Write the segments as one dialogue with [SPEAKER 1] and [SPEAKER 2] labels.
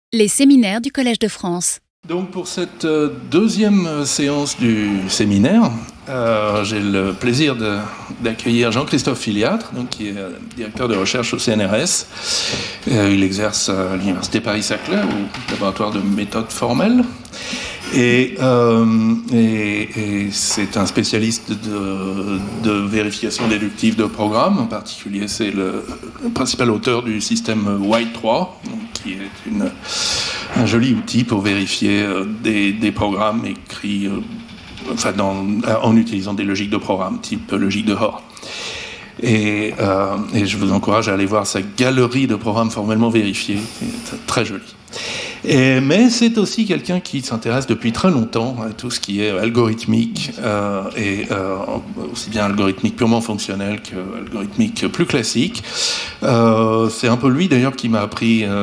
[SPEAKER 1] Les séminaires du Collège de France.
[SPEAKER 2] Donc pour cette deuxième séance du séminaire, j'ai le plaisir d'accueillir Jean-Christophe Filiatre, donc, qui est directeur de recherche au CNRS. Il exerce à l'Université Paris-Saclay, au laboratoire de méthode formelle. Et c'est un spécialiste de vérification déductive de programmes. En particulier, c'est le principal auteur du système White 3, qui est un joli outil pour vérifier des programmes écrits en utilisant des logiques de programme, type logique de Hoare. Et je vous encourage à aller voir sa galerie de programmes formellement vérifiés, c'est très joli. Mais c'est aussi quelqu'un qui s'intéresse depuis très longtemps à tout ce qui est algorithmique, aussi bien algorithmique purement fonctionnel qu'algorithmique plus classique. C'est un peu lui d'ailleurs qui m'a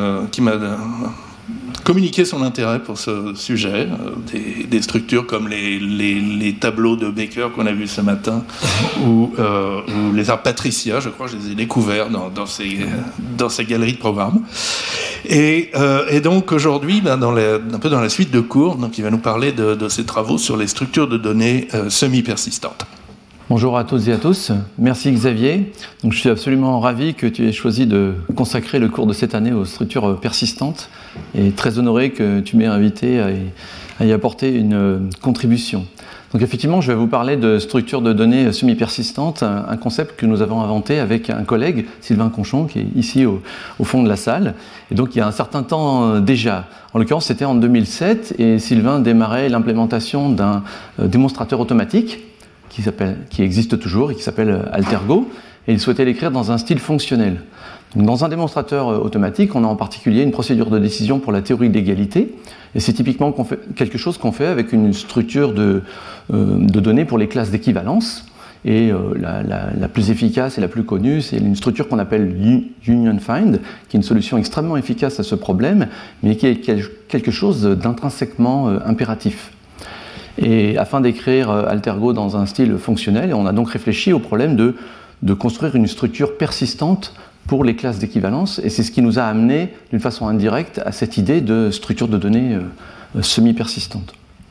[SPEAKER 2] communiqué son intérêt pour ce sujet, des structures comme les tableaux de Baker qu'on a vus ce matin, ou les arbres Patricia, je crois que je les ai découverts dans ces galeries de programmes. Et donc aujourd'hui, un peu dans la suite de cours, donc il va nous parler de ses travaux sur les structures de données semi-persistantes.
[SPEAKER 3] Bonjour à toutes et à tous, merci Xavier. Donc, je suis absolument ravi que tu aies choisi de consacrer le cours de cette année aux structures persistantes et très honoré que tu m'aies invité à y apporter une contribution. Donc effectivement, je vais vous parler de structures de données semi-persistantes, un concept que nous avons inventé avec un collègue, Sylvain Conchon, qui est ici au fond de la salle. Et donc il y a un certain temps déjà, en l'occurrence c'était en 2007, et Sylvain démarrait l'implémentation d'un démonstrateur automatique qui existe toujours et qui s'appelle AlterGo, et il souhaitait l'écrire dans un style fonctionnel. Donc, dans un démonstrateur automatique, on a en particulier une procédure de décision pour la théorie de l'égalité, et c'est typiquement quelque chose qu'on fait avec une structure de données pour les classes d'équivalence. Et la plus efficace et la plus connue, c'est une structure qu'on appelle Union Find, qui est une solution extrêmement efficace à ce problème, mais qui est quelque chose d'intrinsèquement impératif. Et afin d'écrire AlterGo dans un style fonctionnel, on a donc réfléchi au problème de construire une structure persistante pour les classes d'équivalence, et c'est ce qui nous a amené d'une façon indirecte à cette idée de structure de données semi-persistante.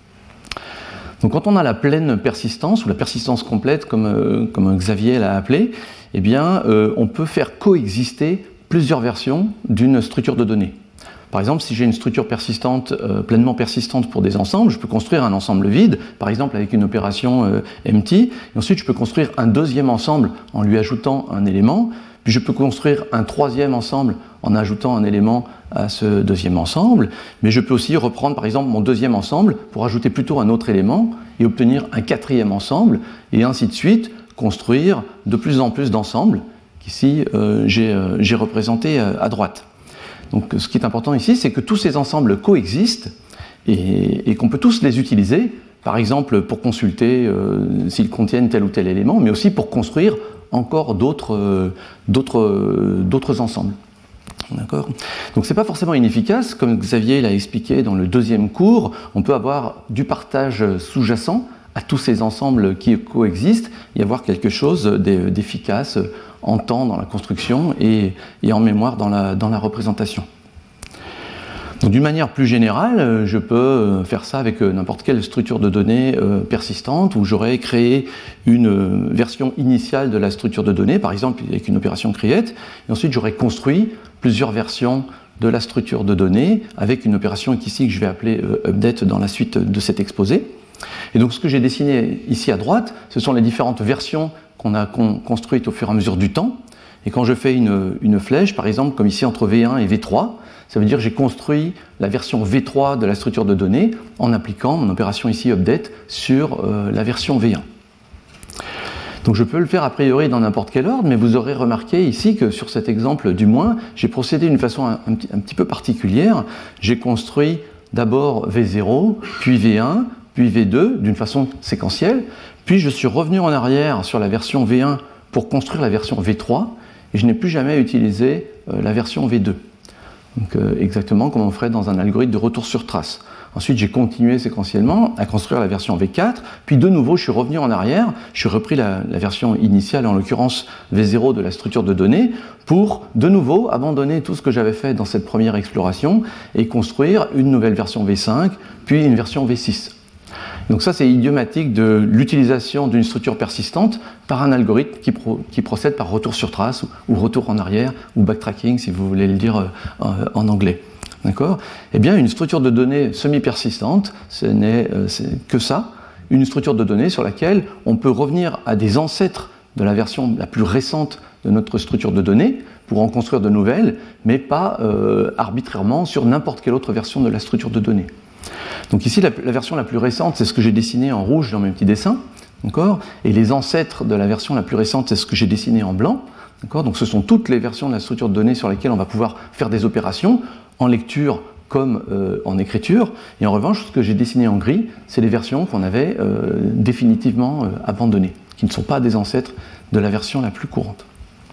[SPEAKER 3] Donc quand on a la pleine persistance, ou la persistance complète comme Xavier l'a appelé, eh bien, on peut faire coexister plusieurs versions d'une structure de données. Par exemple, si j'ai une structure persistante, pleinement persistante pour des ensembles, je peux construire un ensemble vide, par exemple avec une opération empty, et ensuite je peux construire un deuxième ensemble en lui ajoutant un élément, puis je peux construire un troisième ensemble en ajoutant un élément à ce deuxième ensemble, mais je peux aussi reprendre par exemple mon deuxième ensemble pour ajouter plutôt un autre élément et obtenir un quatrième ensemble, et ainsi de suite, construire de plus en plus d'ensembles, qu'ici j'ai représenté à droite. Donc ce qui est important ici, c'est que tous ces ensembles coexistent et qu'on peut tous les utiliser, par exemple pour consulter s'ils contiennent tel ou tel élément, mais aussi pour construire encore d'autres ensembles. D'accord ? Donc c'est pas forcément inefficace, comme Xavier l'a expliqué dans le deuxième cours, on peut avoir du partage sous-jacent à tous ces ensembles qui coexistent et avoir quelque chose d'efficace en temps dans la construction et en mémoire dans la représentation. Donc d'une manière plus générale, je peux faire ça avec n'importe quelle structure de données persistante où j'aurais créé une version initiale de la structure de données, par exemple avec une opération create, et ensuite j'aurais construit plusieurs versions de la structure de données avec une opération ici que je vais appeler update dans la suite de cet exposé. Et donc ce que j'ai dessiné ici à droite, ce sont les différentes versions qu'on a construites au fur et à mesure du temps. Et quand je fais une flèche, par exemple, comme ici entre V1 et V3, ça veut dire que j'ai construit la version V3 de la structure de données en appliquant mon opération ici update sur la version V1. Donc je peux le faire a priori dans n'importe quel ordre, mais vous aurez remarqué ici que sur cet exemple du moins, j'ai procédé d'une façon un petit peu particulière. J'ai construit d'abord V0, puis V1, puis V2 d'une façon séquentielle, puis je suis revenu en arrière sur la version V1 pour construire la version V3, et je n'ai plus jamais utilisé la version V2. Donc, exactement comme on ferait dans un algorithme de retour sur trace. Ensuite, j'ai continué séquentiellement à construire la version V4, puis de nouveau, je suis revenu en arrière, je suis repris la version initiale, en l'occurrence V0 de la structure de données, pour de nouveau abandonner tout ce que j'avais fait dans cette première exploration et construire une nouvelle version V5, puis une version V6. Donc ça, c'est idiomatique de l'utilisation d'une structure persistante par un algorithme qui procède par retour sur trace ou retour en arrière ou backtracking, si vous voulez le dire en anglais. D'accord ? Eh bien, une structure de données semi-persistante, ce n'est que ça, une structure de données sur laquelle on peut revenir à des ancêtres de la version la plus récente de notre structure de données pour en construire de nouvelles, mais pas arbitrairement sur n'importe quelle autre version de la structure de données. Donc ici, la version la plus récente, c'est ce que j'ai dessiné en rouge dans mes petits dessins, d'accord ? Et les ancêtres de la version la plus récente, c'est ce que j'ai dessiné en blanc, d'accord ? Donc ce sont toutes les versions de la structure de données sur lesquelles on va pouvoir faire des opérations, en lecture comme en écriture. Et en revanche, ce que j'ai dessiné en gris, c'est les versions qu'on avait définitivement abandonnées, qui ne sont pas des ancêtres de la version la plus courante.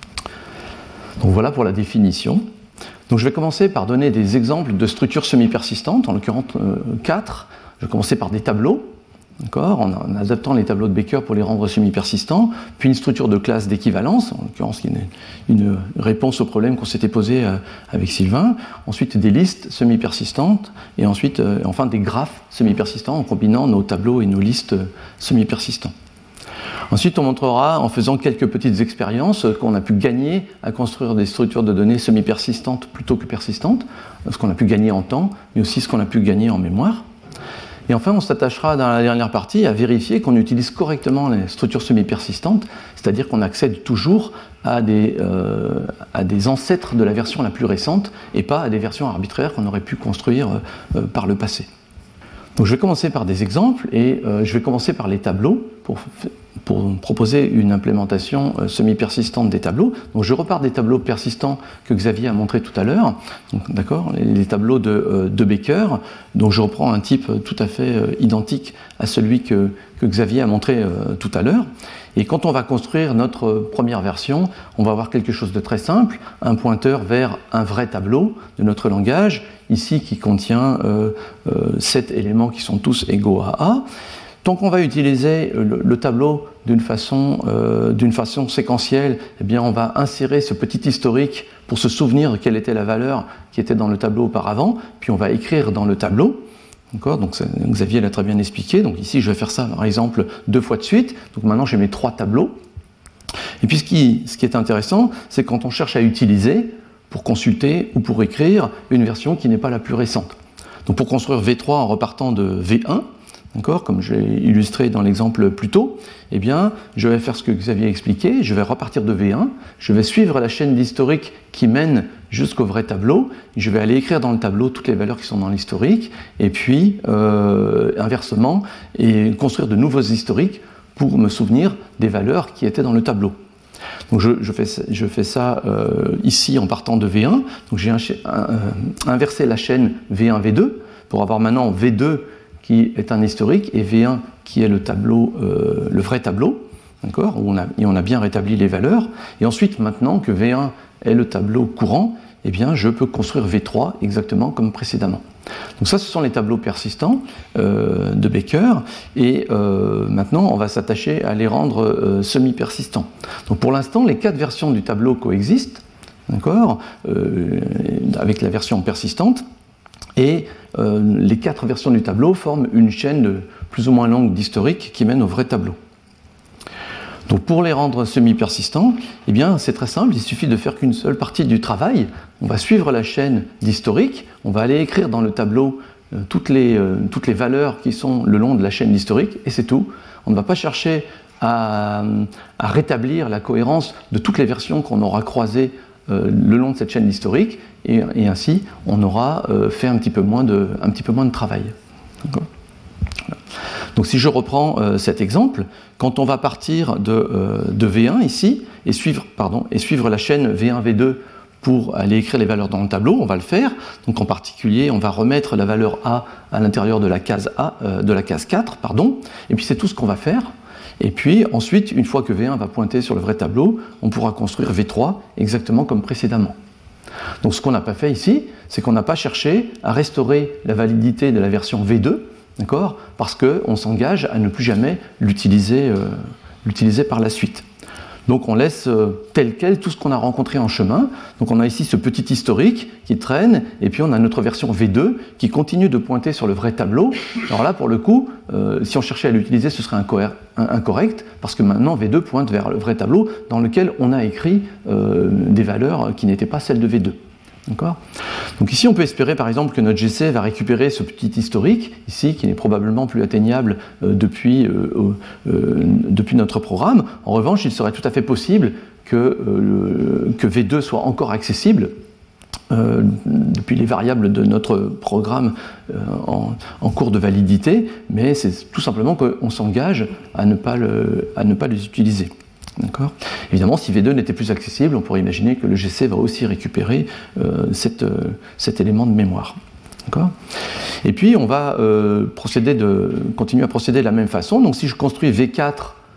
[SPEAKER 3] Donc voilà pour la définition. Donc je vais commencer par donner des exemples de structures semi-persistantes, en l'occurrence 4. Je vais commencer par des tableaux, d'accord, en adaptant les tableaux de Baker pour les rendre semi-persistants, puis une structure de classe d'équivalence, en l'occurrence qui est une réponse au problème qu'on s'était posé avec Sylvain, ensuite des listes semi-persistantes, et ensuite enfin des graphes semi-persistants en combinant nos tableaux et nos listes semi-persistants. Ensuite, on montrera, en faisant quelques petites expériences, qu'on a pu gagner à construire des structures de données semi-persistantes plutôt que persistantes, ce qu'on a pu gagner en temps, mais aussi ce qu'on a pu gagner en mémoire. Et enfin, on s'attachera dans la dernière partie à vérifier qu'on utilise correctement les structures semi-persistantes, c'est-à-dire qu'on accède toujours à des ancêtres de la version la plus récente et pas à des versions arbitraires qu'on aurait pu construire par le passé. Donc je vais commencer par des exemples et je vais commencer par les tableaux pour proposer une implémentation semi-persistante des tableaux. Donc je repars des tableaux persistants que Xavier a montré tout à l'heure, d'accord, les tableaux de Baker. Donc je reprends un type tout à fait identique à celui que Xavier a montré tout à l'heure. Et quand on va construire notre première version, on va avoir quelque chose de très simple, un pointeur vers un vrai tableau de notre langage, ici qui contient 7 éléments qui sont tous égaux à A. Tant qu'on va utiliser le tableau d'une façon séquentielle, eh bien on va insérer ce petit historique pour se souvenir de quelle était la valeur qui était dans le tableau auparavant, puis on va écrire dans le tableau. D'accord, donc Xavier l'a très bien expliqué. Donc ici, je vais faire ça, par exemple, 2 fois de suite. Donc maintenant, j'ai mes 3 tableaux. Et puis, ce qui est intéressant, c'est quand on cherche à utiliser, pour consulter ou pour écrire, une version qui n'est pas la plus récente. Donc pour construire V3 en repartant de V1, d'accord, comme j'ai illustré dans l'exemple plus tôt, eh bien, je vais faire ce que Xavier a expliqué, je vais repartir de V1, je vais suivre la chaîne d'historique qui mène jusqu'au vrai tableau, je vais aller écrire dans le tableau toutes les valeurs qui sont dans l'historique, et puis, inversement, et construire de nouveaux historiques pour me souvenir des valeurs qui étaient dans le tableau. Donc je fais ça ici en partant de V1, donc j'ai inversé la chaîne V1, V2, pour avoir maintenant V2 qui est un historique, et V1 qui est le tableau, le vrai tableau, d'accord, où on a bien rétabli les valeurs. Et ensuite, maintenant que V1 est le tableau courant, eh bien, je peux construire V3 exactement comme précédemment. Donc ça, ce sont les tableaux persistants de Baker, et maintenant, on va s'attacher à les rendre semi-persistants. Donc pour l'instant, les 4 versions du tableau coexistent, d'accord, avec la version persistante, et les 4 versions du tableau forment une chaîne plus ou moins longue d'historique qui mène au vrai tableau. Donc pour les rendre semi-persistants, eh bien c'est très simple, il suffit de faire qu'une seule partie du travail. On va suivre la chaîne d'historique, on va aller écrire dans le tableau toutes les valeurs qui sont le long de la chaîne d'historique, et c'est tout. On ne va pas chercher à rétablir la cohérence de toutes les versions qu'on aura croisées le long de cette chaîne historique, et ainsi on aura fait un petit peu moins de travail. D'accord ? Voilà. Donc si je reprends cet exemple, quand on va partir de V1 ici et suivre la chaîne V1, V2 pour aller écrire les valeurs dans le tableau, on va le faire. Donc en particulier, on va remettre la valeur A à l'intérieur de la case de la case 4, et puis c'est tout ce qu'on va faire. Et puis ensuite, une fois que V1 va pointer sur le vrai tableau, on pourra construire V3 exactement comme précédemment. Donc ce qu'on n'a pas fait ici, c'est qu'on n'a pas cherché à restaurer la validité de la version V2, d'accord, parce qu'on s'engage à ne plus jamais l'utiliser par la suite. Donc on laisse tel quel tout ce qu'on a rencontré en chemin. Donc on a ici ce petit historique qui traîne, et puis on a notre version V2 qui continue de pointer sur le vrai tableau. Alors là, pour le coup, si on cherchait à l'utiliser, ce serait incorrect, parce que maintenant V2 pointe vers le vrai tableau dans lequel on a écrit des valeurs qui n'étaient pas celles de V2. D'accord ? Donc ici, on peut espérer par exemple que notre GC va récupérer ce petit historique, ici, qui n'est probablement plus atteignable depuis notre programme. En revanche, il serait tout à fait possible que V2 soit encore accessible depuis les variables de notre programme en cours de validité, mais c'est tout simplement qu'on s'engage à ne pas les utiliser. D'accord ? Évidemment, si V2 n'était plus accessible, on pourrait imaginer que le GC va aussi récupérer cet élément de mémoire. D'accord ? Et puis, on va continuer à procéder de la même façon. Donc, si je construis V4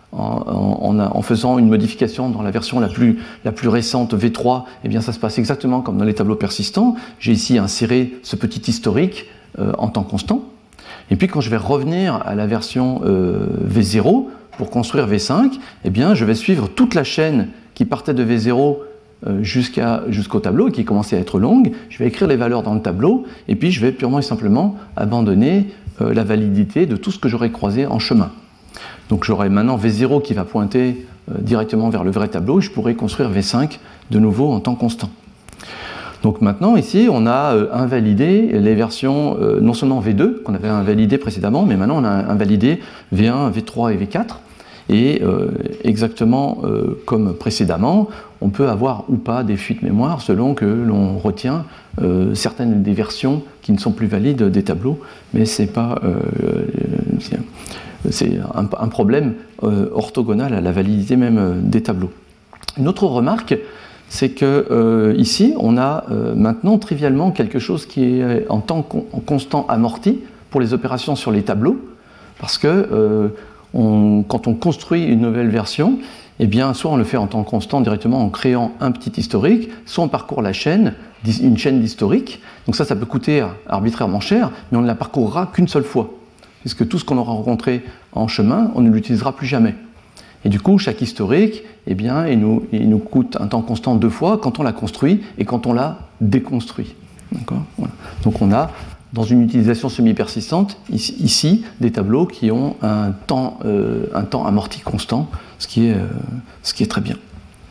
[SPEAKER 3] en faisant une modification dans la version la plus récente, V3, eh bien, ça se passe exactement comme dans les tableaux persistants. J'ai ici inséré ce petit historique en temps constant. Et puis, quand je vais revenir à la version V0, pour construire V5, eh bien, je vais suivre toute la chaîne qui partait de V0 jusqu'au tableau et qui commençait à être longue. Je vais écrire les valeurs dans le tableau et puis je vais purement et simplement abandonner la validité de tout ce que j'aurais croisé en chemin. Donc j'aurai maintenant V0 qui va pointer directement vers le vrai tableau et je pourrai construire V5 de nouveau en temps constant. Donc maintenant, ici, on a invalidé les versions, non seulement V2, qu'on avait invalidé précédemment, mais maintenant on a invalidé V1, V3 et V4. Et exactement comme précédemment, on peut avoir ou pas des fuites mémoire selon que l'on retient certaines des versions qui ne sont plus valides des tableaux, mais c'est un problème orthogonal à la validité même des tableaux. Une autre remarque, c'est que ici, on a maintenant trivialement quelque chose qui est en temps constant amorti pour les opérations sur les tableaux, parce que quand on construit une nouvelle version, eh bien, soit on le fait en temps constant directement en créant un petit historique, soit on parcourt la chaîne, une chaîne d'historique. Donc ça peut coûter arbitrairement cher, mais on ne la parcourra qu'une seule fois, puisque tout ce qu'on aura rencontré en chemin, on ne l'utilisera plus jamais. Et du coup, chaque historique, eh bien, il nous coûte un temps constant 2 fois quand on l'a construit et quand on l'a déconstruit. D'accord ? Voilà. Donc on a, dans une utilisation semi-persistante, ici, des tableaux qui ont un temps amorti constant, ce qui est très bien.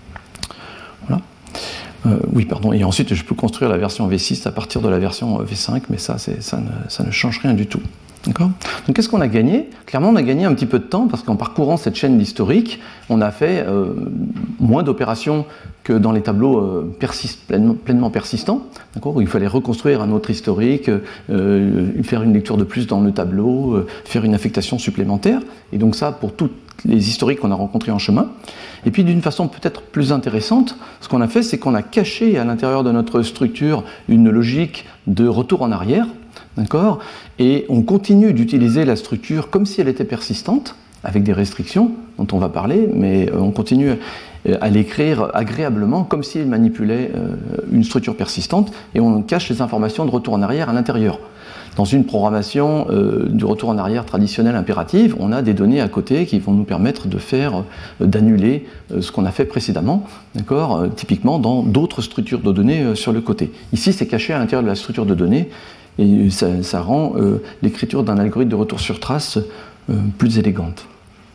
[SPEAKER 3] Voilà. Oui, pardon. Et ensuite, je peux construire la version V6 à partir de la version V5, mais ça ne change rien du tout. D'accord ? Donc qu'est-ce qu'on a gagné ? Clairement, on a gagné un petit peu de temps parce qu'en parcourant cette chaîne d'historique, on a fait moins d'opérations que dans les tableaux pleinement persistants, d'accord, où il fallait reconstruire un autre historique, faire une lecture de plus dans le tableau, faire une affectation supplémentaire. Et donc ça, pour tous les historiques qu'on a rencontrés en chemin. Et puis d'une façon peut-être plus intéressante, ce qu'on a fait, c'est qu'on a caché à l'intérieur de notre structure une logique de retour en arrière. D'accord ? Et on continue d'utiliser la structure comme si elle était persistante, avec des restrictions dont on va parler, mais on continue à l'écrire agréablement comme si elle manipulait une structure persistante, et on cache les informations de retour en arrière à l'intérieur. Dans une programmation du retour en arrière traditionnelle impérative, on a des données à côté qui vont nous permettre d'annuler ce qu'on a fait précédemment, d'accord, typiquement dans d'autres structures de données sur le côté. Ici, c'est caché à l'intérieur de la structure de données, et ça rend l'écriture d'un algorithme de retour sur trace plus élégante.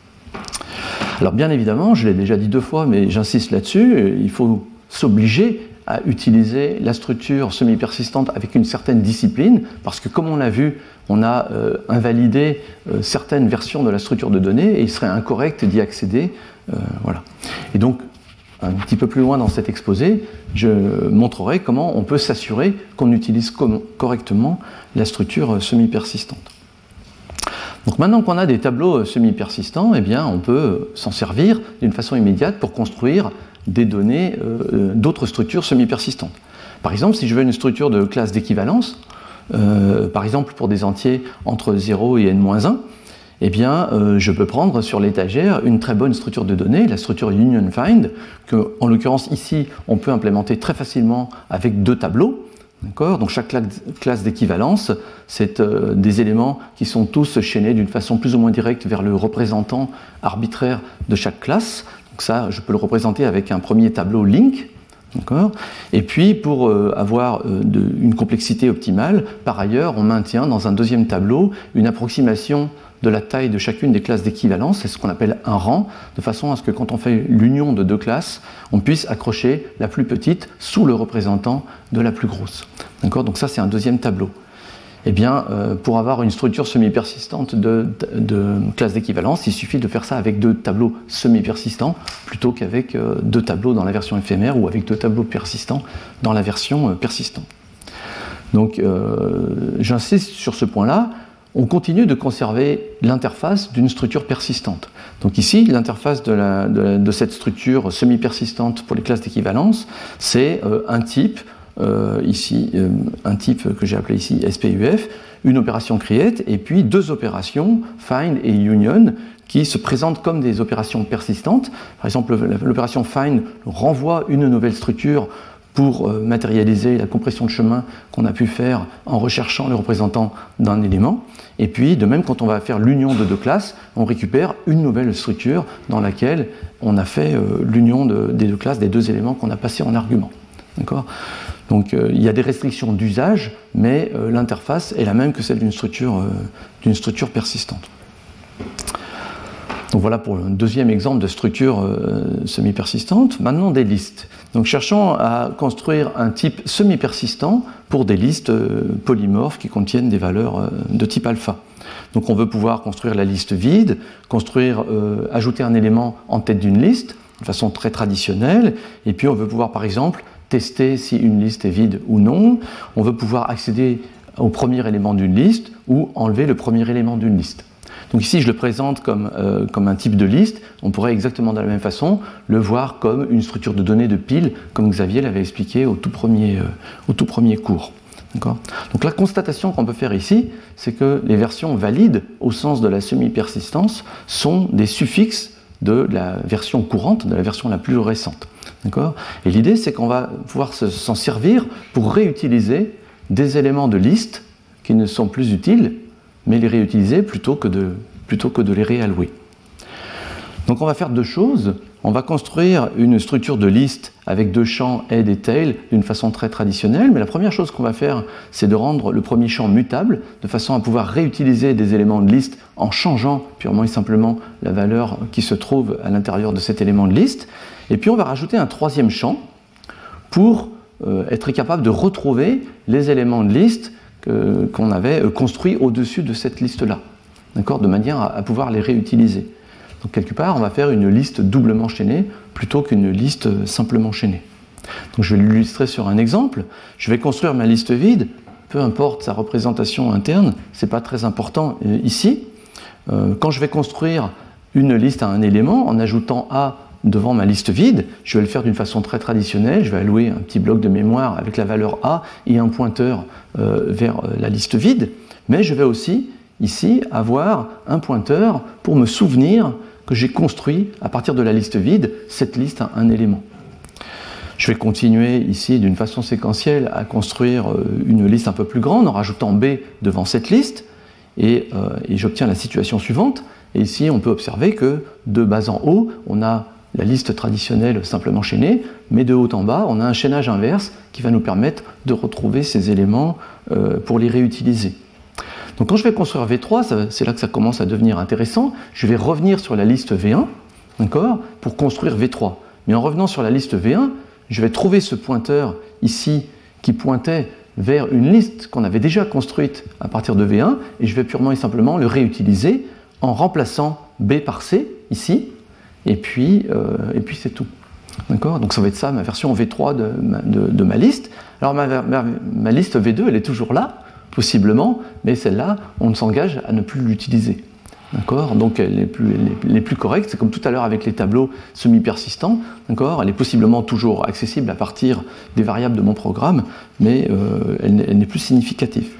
[SPEAKER 3] Alors bien évidemment, je l'ai déjà dit 2 fois, mais j'insiste là-dessus, il faut s'obliger à utiliser la structure semi-persistante avec une certaine discipline, parce que comme on l'a vu, on a invalidé certaines versions de la structure de données, et il serait incorrect d'y accéder. Voilà. Et donc, un petit peu plus loin dans cet exposé, je montrerai comment on peut s'assurer qu'on utilise correctement la structure semi-persistante. Donc maintenant qu'on a des tableaux semi-persistants, eh bien, on peut s'en servir d'une façon immédiate pour construire des données d'autres structures semi-persistantes. Par exemple, si je veux une structure de classe d'équivalence, par exemple pour des entiers entre 0 et n-1, eh bien, je peux prendre sur l'étagère une très bonne structure de données, la structure Union Find, que, en l'occurrence ici, on peut implémenter très facilement avec 2 tableaux. D'accord ? Donc chaque classe d'équivalence, c'est des éléments qui sont tous chaînés d'une façon plus ou moins directe vers le représentant arbitraire de chaque classe. Donc ça, je peux le représenter avec un premier tableau link. D'accord ? Et puis, pour avoir une complexité optimale, par ailleurs, on maintient dans un deuxième tableau une approximation de la taille de chacune des classes d'équivalence, c'est ce qu'on appelle un rang, de façon à ce que quand on fait l'union de 2 classes, on puisse accrocher la plus petite sous le représentant de la plus grosse. D'accord ? Donc ça, c'est un deuxième tableau. Eh bien, pour avoir une structure semi-persistante de classe d'équivalence, il suffit de faire ça avec 2 tableaux semi-persistants plutôt qu'avec 2 tableaux dans la version éphémère ou avec 2 tableaux persistants dans la version persistante. Donc, j'insiste sur ce point-là. On continue de conserver l'interface d'une structure persistante. Donc ici, l'interface de cette structure semi-persistante pour les classes d'équivalence, c'est un type, un type que j'ai appelé ici SPUF, une opération create, et puis 2 opérations, find et union, qui se présentent comme des opérations persistantes. Par exemple, l'opération find renvoie une nouvelle structure pour matérialiser la compression de chemin qu'on a pu faire en recherchant le représentant d'un élément. Et puis, de même, quand on va faire l'union de 2 classes, on récupère une nouvelle structure dans laquelle on a fait l'union des 2 classes, des 2 éléments qu'on a passés en argument. D'accord ? Donc, il y a des restrictions d'usage, mais l'interface est la même que celle d'une structure persistante. Donc voilà pour un deuxième exemple de structure semi-persistante. Maintenant, des listes. Donc cherchons à construire un type semi-persistant pour des listes polymorphes qui contiennent des valeurs de type alpha. Donc on veut pouvoir construire la liste vide, ajouter un élément en tête d'une liste, de façon très traditionnelle, et puis on veut pouvoir par exemple tester si une liste est vide ou non, on veut pouvoir accéder au premier élément d'une liste ou enlever le premier élément d'une liste. Donc ici, je le présente comme un type de liste. On pourrait exactement de la même façon le voir comme une structure de données de pile, comme Xavier l'avait expliqué au tout premier cours. D'accord ? Donc la constatation qu'on peut faire ici, c'est que les versions valides, au sens de la semi-persistance, sont des suffixes de la version courante, de la version la plus récente. D'accord ? Et l'idée, c'est qu'on va pouvoir s'en servir pour réutiliser des éléments de liste qui ne sont plus utiles, mais les réutiliser plutôt que de les réallouer. Donc on va faire 2 choses. On va construire une structure de liste avec 2 champs head et tail d'une façon très traditionnelle, mais la première chose qu'on va faire, c'est de rendre le premier champ mutable, de façon à pouvoir réutiliser des éléments de liste en changeant purement et simplement la valeur qui se trouve à l'intérieur de cet élément de liste. Et puis on va rajouter un 3e champ pour être capable de retrouver les éléments de liste qu'on avait construit au-dessus de cette liste-là, d'accord, de manière à pouvoir les réutiliser. Donc quelque part, on va faire une liste doublement chaînée plutôt qu'une liste simplement chaînée. Donc je vais l'illustrer sur un exemple. Je vais construire ma liste vide, peu importe sa représentation interne, c'est pas très important ici. Quand je vais construire une liste à un élément en ajoutant A devant ma liste vide, je vais le faire d'une façon très traditionnelle. Je vais allouer un petit bloc de mémoire avec la valeur A et un pointeur vers la liste vide, mais je vais aussi ici avoir un pointeur pour me souvenir que j'ai construit à partir de la liste vide cette liste à un élément. Je vais continuer ici d'une façon séquentielle à construire une liste un peu plus grande en rajoutant B devant cette liste et j'obtiens la situation suivante. Et ici on peut observer que de bas en haut on a la liste traditionnelle simplement chaînée, mais de haut en bas, on a un chaînage inverse qui va nous permettre de retrouver ces éléments pour les réutiliser. Donc quand je vais construire V3, c'est là que ça commence à devenir intéressant. Je vais revenir sur la liste V1, d'accord, pour construire V3. Mais en revenant sur la liste V1, je vais trouver ce pointeur ici qui pointait vers une liste qu'on avait déjà construite à partir de V1, et je vais purement et simplement le réutiliser en remplaçant B par C ici, et puis c'est tout. D'accord ? Donc ça va être ça, ma version V3 de ma liste. Alors ma liste V2, elle est toujours là, possiblement, mais celle-là, on ne s'engage à ne plus l'utiliser. D'accord ? Donc elle est plus correcte, c'est comme tout à l'heure avec les tableaux semi-persistants. D'accord ? Elle est possiblement toujours accessible à partir des variables de mon programme, mais elle n'est plus significative.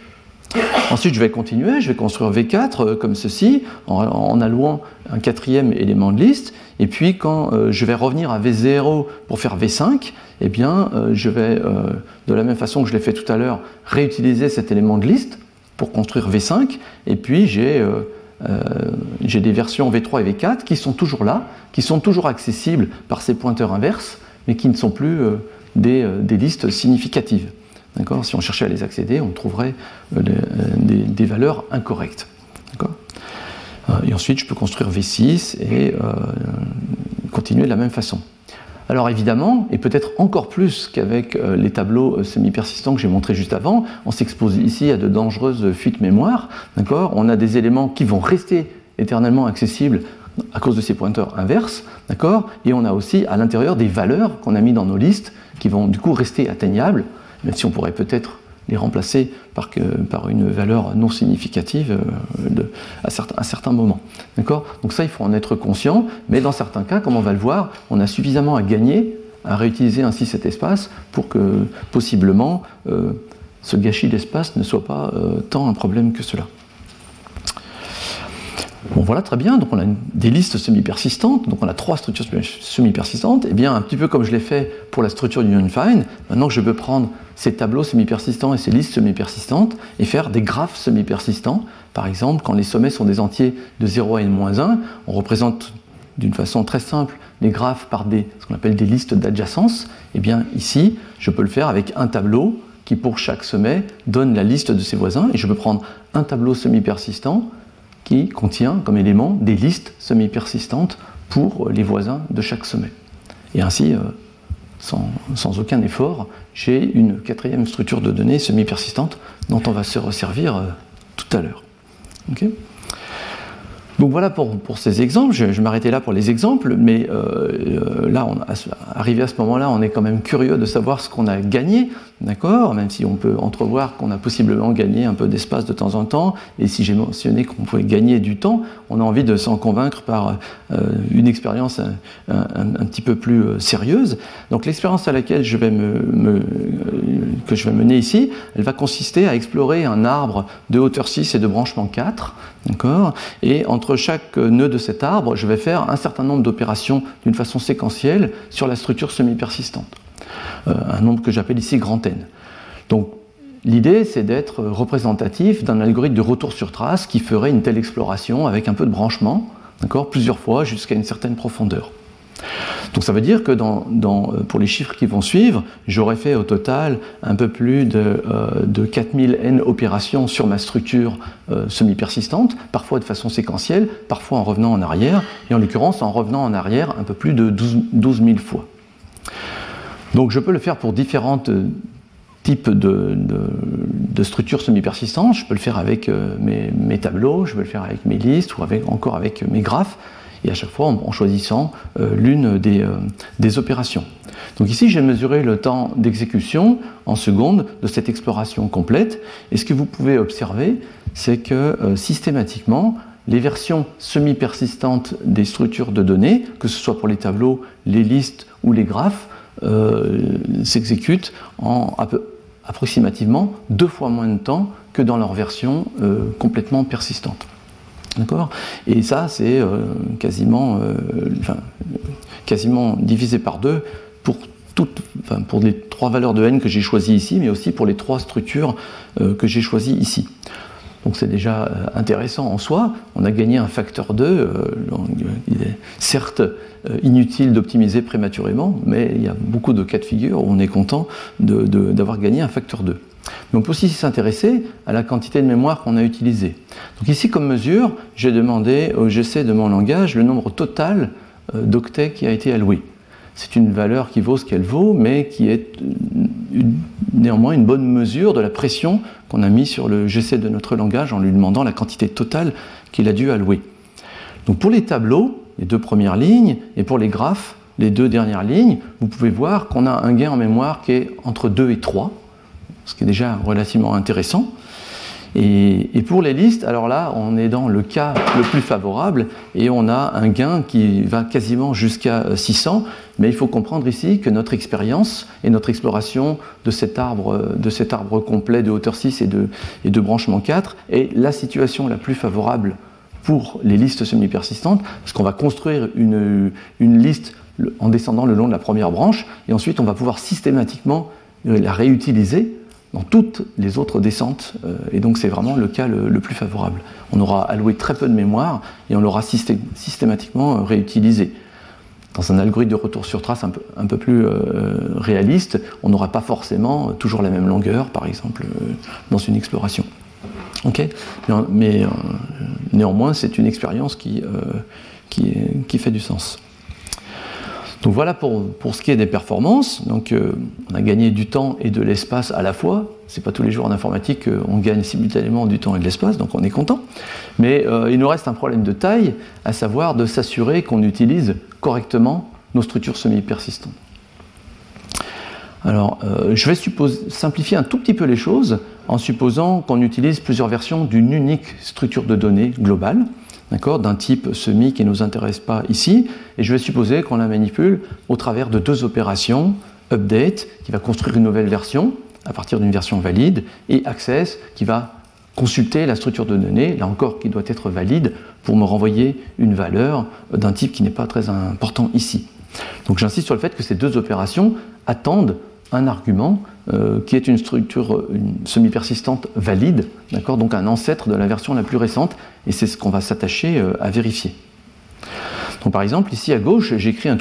[SPEAKER 3] Ensuite, je vais continuer, je vais construire V4 comme ceci, en allouant un quatrième élément de liste. Et puis, quand je vais revenir à V0 pour faire V5, eh bien, je vais, de la même façon que je l'ai fait tout à l'heure, réutiliser cet élément de liste pour construire V5. Et puis, j'ai des versions V3 et V4 qui sont toujours là, qui sont toujours accessibles par ces pointeurs inverses, mais qui ne sont plus des listes significatives. D'accord ? Si on cherchait à les accéder, on trouverait des valeurs incorrectes. D'accord ? Et ensuite, je peux construire V6 et continuer de la même façon. Alors évidemment, et peut-être encore plus qu'avec les tableaux semi-persistants que j'ai montrés juste avant, on s'expose ici à de dangereuses fuites mémoire. D'accord ? On a des éléments qui vont rester éternellement accessibles à cause de ces pointeurs inverses. D'accord ? Et on a aussi à l'intérieur des valeurs qu'on a mis dans nos listes qui vont du coup rester atteignables, même si on pourrait peut-être les remplacer par une valeur non significative à certains moments. D'accord ? Donc ça, il faut en être conscient, mais dans certains cas, comme on va le voir, on a suffisamment à gagner à réutiliser ainsi cet espace pour que, possiblement, ce gâchis d'espace ne soit pas tant un problème que cela. Bon voilà, très bien, donc on a des listes semi-persistantes, donc on a 3 structures semi-persistantes, et bien un petit peu comme je l'ai fait pour la structure du Unifine, maintenant je peux prendre ces tableaux semi-persistants et ces listes semi-persistantes et faire des graphes semi-persistants. Par exemple, quand les sommets sont des entiers de 0 à n-1, on représente d'une façon très simple les graphes par ce qu'on appelle des listes d'adjacence. Et bien ici, je peux le faire avec un tableau qui pour chaque sommet donne la liste de ses voisins, et je peux prendre un tableau semi-persistant qui contient comme élément des listes semi-persistantes pour les voisins de chaque sommet. Et ainsi, sans aucun effort, j'ai une 4e structure de données semi-persistante dont on va se resservir tout à l'heure. Okay ? Donc voilà pour ces exemples, je vais m'arrêter là pour les exemples, mais là, arrivé à ce moment-là, on est quand même curieux de savoir ce qu'on a gagné, d'accord ? Même si on peut entrevoir qu'on a possiblement gagné un peu d'espace de temps en temps, et si j'ai mentionné qu'on pouvait gagner du temps, on a envie de s'en convaincre par une expérience un petit peu plus sérieuse. Donc l'expérience à laquelle je vais que je vais mener ici, elle va consister à explorer un arbre de hauteur 6 et de branchement 4, d'accord ? Et entre chaque nœud de cet arbre, je vais faire un certain nombre d'opérations d'une façon séquentielle sur la structure semi-persistante. Un nombre que j'appelle ici grand N. Donc l'idée, c'est d'être représentatif d'un algorithme de retour sur trace qui ferait une telle exploration avec un peu de branchement, d'accord, plusieurs fois jusqu'à une certaine profondeur. Donc ça veut dire que pour les chiffres qui vont suivre, j'aurais fait au total un peu plus de 4000 n opérations sur ma structure semi-persistante, parfois de façon séquentielle, parfois en revenant en arrière, et en l'occurrence en revenant en arrière un peu plus de 12 000 fois. Donc je peux le faire pour différents types de structures semi-persistantes. Je peux le faire avec mes tableaux, je peux le faire avec mes listes ou encore avec mes graphes, et à chaque fois en choisissant l'une des opérations. Donc ici, j'ai mesuré le temps d'exécution en secondes de cette exploration complète, et ce que vous pouvez observer, c'est que systématiquement, les versions semi-persistantes des structures de données, que ce soit pour les tableaux, les listes ou les graphes, s'exécutent en approximativement 2 fois moins de temps que dans leur version complètement persistante. D'accord ? Et ça, c'est quasiment divisé par 2 pour les 3 valeurs de n que j'ai choisies ici, mais aussi pour les 3 structures que j'ai choisies ici. Donc c'est déjà intéressant en soi, on a gagné un facteur 2, il est certes inutile d'optimiser prématurément, mais il y a beaucoup de cas de figure où on est content d'avoir gagné un facteur 2. Mais on peut aussi s'intéresser à la quantité de mémoire qu'on a utilisée. Donc ici, comme mesure, j'ai demandé au GC de mon langage le nombre total d'octets qui a été alloué. C'est une valeur qui vaut ce qu'elle vaut, mais qui est néanmoins une bonne mesure de la pression qu'on a mise sur le GC de notre langage en lui demandant la quantité totale qu'il a dû allouer. Donc pour les tableaux, les 2 premières lignes, et pour les graphes, les 2 dernières lignes, vous pouvez voir qu'on a un gain en mémoire qui est entre 2 et 3, ce qui est déjà relativement intéressant. Et pour les listes, alors là, on est dans le cas le plus favorable et on a un gain qui va quasiment jusqu'à 600, mais il faut comprendre ici que notre expérience et notre exploration de cet arbre complet de hauteur 6 et de branchement 4 est la situation la plus favorable pour les listes semi-persistantes, parce qu'on va construire une liste en descendant le long de la première branche, et ensuite on va pouvoir systématiquement la réutiliser dans toutes les autres descentes, et donc c'est vraiment le cas le plus favorable. On aura alloué très peu de mémoire et on l'aura systématiquement réutilisé. Dans un algorithme de retour sur trace un peu plus réaliste, on n'aura pas forcément toujours la même longueur, par exemple, dans une exploration. Okay, mais néanmoins, c'est une expérience qui fait du sens. Donc voilà pour ce qui est des performances. Donc on a gagné du temps et de l'espace à la fois. C'est pas tous les jours en informatique qu'on gagne simultanément du temps et de l'espace, donc on est content. Mais il nous reste un problème de taille, à savoir de s'assurer qu'on utilise correctement nos structures semi-persistantes. Alors, je vais simplifier un tout petit peu les choses en supposant qu'on utilise plusieurs versions d'une unique structure de données globale, d'accord, d'un type semi qui ne nous intéresse pas ici, et je vais supposer qu'on la manipule au travers de deux opérations, update, qui va construire une nouvelle version à partir d'une version valide, et access, qui va consulter la structure de données, là encore qui doit être valide, pour me renvoyer une valeur d'un type qui n'est pas très important ici. Donc j'insiste sur le fait que ces deux opérations attendent un argument qui est une structure semi-persistante valide, d'accord, donc un ancêtre de la version la plus récente, et c'est ce qu'on va s'attacher à vérifier. Donc par exemple, ici à gauche, j'ai écrit une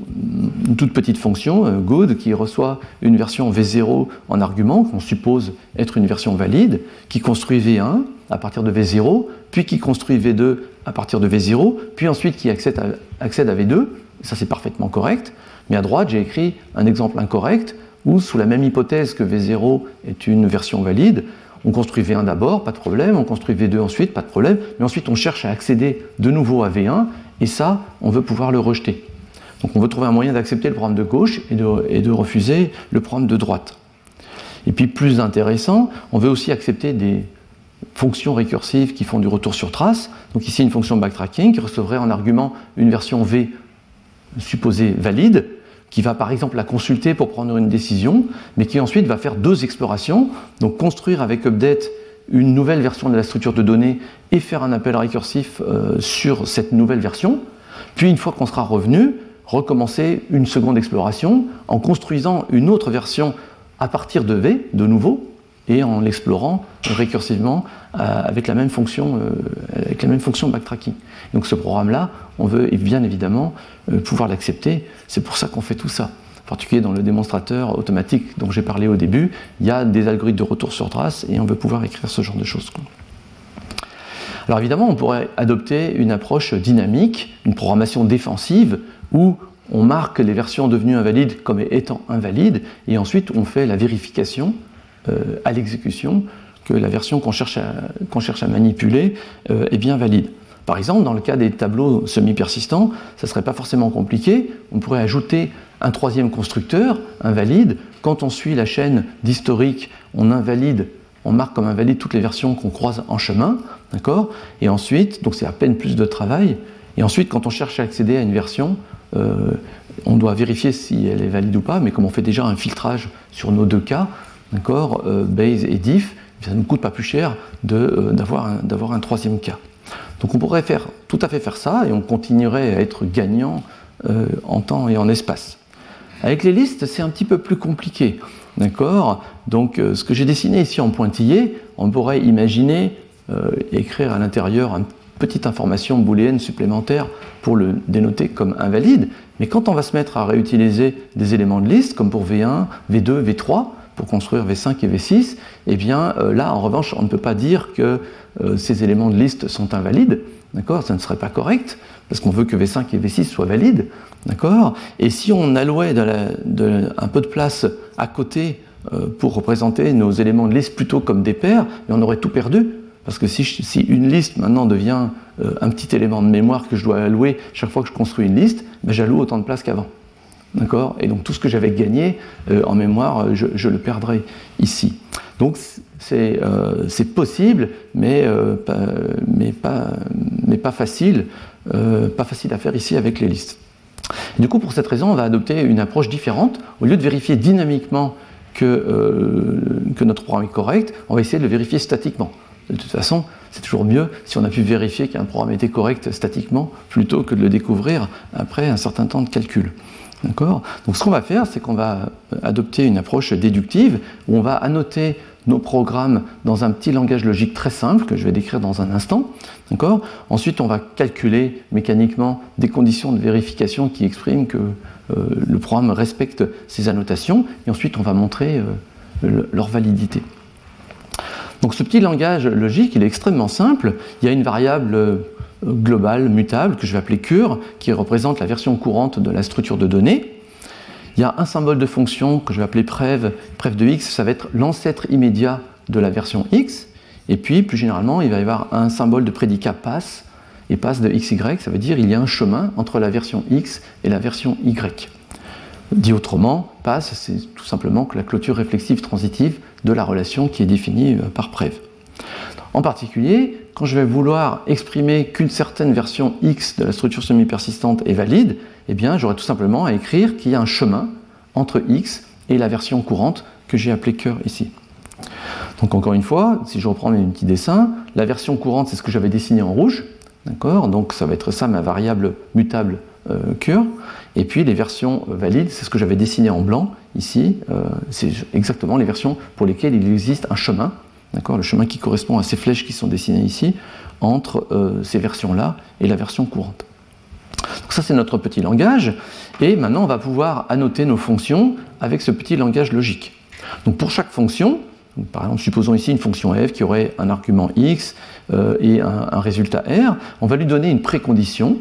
[SPEAKER 3] toute petite fonction, good, qui reçoit une version V0 en argument, qu'on suppose être une version valide, qui construit V1 à partir de V0, puis qui construit V2 à partir de V0, puis ensuite qui accède à V2, ça c'est parfaitement correct, mais à droite j'ai écrit un exemple incorrect, où sous la même hypothèse que V0 est une version valide, on construit V1 d'abord, pas de problème, on construit V2 ensuite, pas de problème, mais ensuite on cherche à accéder de nouveau à V1, et ça, on veut pouvoir le rejeter. Donc on veut trouver un moyen d'accepter le programme de gauche et de refuser le programme de droite. Et puis plus intéressant, on veut aussi accepter des fonctions récursives qui font du retour sur trace. Donc ici une fonction backtracking qui recevrait en argument une version V supposée valide, qui va par exemple la consulter pour prendre une décision, mais qui ensuite va faire deux explorations, donc construire avec update une nouvelle version de la structure de données et faire un appel récursif sur cette nouvelle version, puis une fois qu'on sera revenu, recommencer une seconde exploration en construisant une autre version à partir de V, de nouveau, et en l'explorant récursivement avec la même fonction backtracking. Donc ce programme-là, on veut bien évidemment pouvoir l'accepter, c'est pour ça qu'on fait tout ça. En particulier dans le démonstrateur automatique dont j'ai parlé au début, il y a des algorithmes de retour sur trace et on veut pouvoir écrire ce genre de choses. Alors évidemment, on pourrait adopter une approche dynamique, une programmation défensive, où on marque les versions devenues invalides comme étant invalides, et ensuite on fait la vérification à l'exécution que la version qu'on cherche à manipuler est bien valide. Par exemple, dans le cas des tableaux semi-persistants, ça ne serait pas forcément compliqué. On pourrait ajouter un troisième constructeur, invalide. Quand on suit la chaîne d'historique, on marque comme invalide toutes les versions qu'on croise en chemin, d'accord ? Et ensuite, donc c'est à peine plus de travail. Et ensuite, quand on cherche à accéder à une version, on doit vérifier si elle est valide ou pas, mais comme on fait déjà un filtrage sur nos deux cas, d'accord, base et diff, ça ne nous coûte pas plus cher d'avoir un troisième cas. Donc on pourrait tout à fait faire ça et on continuerait à être gagnant en temps et en espace. Avec les listes, c'est un petit peu plus compliqué. D'accord ? Donc ce que j'ai dessiné ici en pointillé, on pourrait imaginer écrire à l'intérieur une petite information booléenne supplémentaire pour le dénoter comme invalide, mais quand on va se mettre à réutiliser des éléments de liste, comme pour V1, V2, V3, pour construire V5 et V6, eh bien là en revanche on ne peut pas dire que ces éléments de liste sont invalides, d'accord, ça ne serait pas correct, parce qu'on veut que V5 et V6 soient valides, d'accord, et si on allouait un peu de place à côté pour représenter nos éléments de liste plutôt comme des paires, on aurait tout perdu, parce que si une liste maintenant devient un petit élément de mémoire que je dois allouer chaque fois que je construis une liste, ben j'alloue autant de place qu'avant. D'accord ? Et donc tout ce que j'avais gagné en mémoire, je le perdrai ici. Donc c'est possible, mais pas facile à faire ici avec les listes. Et du coup, pour cette raison, on va adopter une approche différente. Au lieu de vérifier dynamiquement que notre programme est correct, on va essayer de le vérifier statiquement. De toute façon, c'est toujours mieux si on a pu vérifier qu'un programme était correct statiquement, plutôt que de le découvrir après un certain temps de calcul. D'accord ? Donc ce qu'on va faire, c'est qu'on va adopter une approche déductive, où on va annoter nos programmes dans un petit langage logique très simple, que je vais décrire dans un instant. D'accord ? Ensuite, on va calculer mécaniquement des conditions de vérification qui expriment que le programme respecte ces annotations, et ensuite on va montrer leur validité. Donc ce petit langage logique, il est extrêmement simple. Il y a une variable globale, mutable, que je vais appeler cure, qui représente la version courante de la structure de données. Il y a un symbole de fonction que je vais appeler prev de x, ça va être l'ancêtre immédiat de la version x. Et puis, plus généralement, il va y avoir un symbole de prédicat pass, et pass de xy, ça veut dire qu'il y a un chemin entre la version x et la version y. Dit autrement, pass, c'est tout simplement que la clôture réflexive transitive de la relation qui est définie par prev. En particulier, quand je vais vouloir exprimer qu'une certaine version x de la structure semi-persistante est valide, eh bien, j'aurai tout simplement à écrire qu'il y a un chemin entre x et la version courante que j'ai appelée cœur ici. Donc encore une fois, si je reprends mes petits dessins, la version courante, c'est ce que j'avais dessiné en rouge, d'accord ? Donc ça va être ça ma variable mutable cure. Et puis les versions valides, c'est ce que j'avais dessiné en blanc ici, c'est exactement les versions pour lesquelles il existe un chemin, d'accord ? Le chemin qui correspond à ces flèches qui sont dessinées ici, entre ces versions-là et la version courante. Donc ça c'est notre petit langage, et maintenant on va pouvoir annoter nos fonctions avec ce petit langage logique. Donc pour chaque fonction, par exemple supposons ici une fonction f qui aurait un argument x et un résultat r, on va lui donner une précondition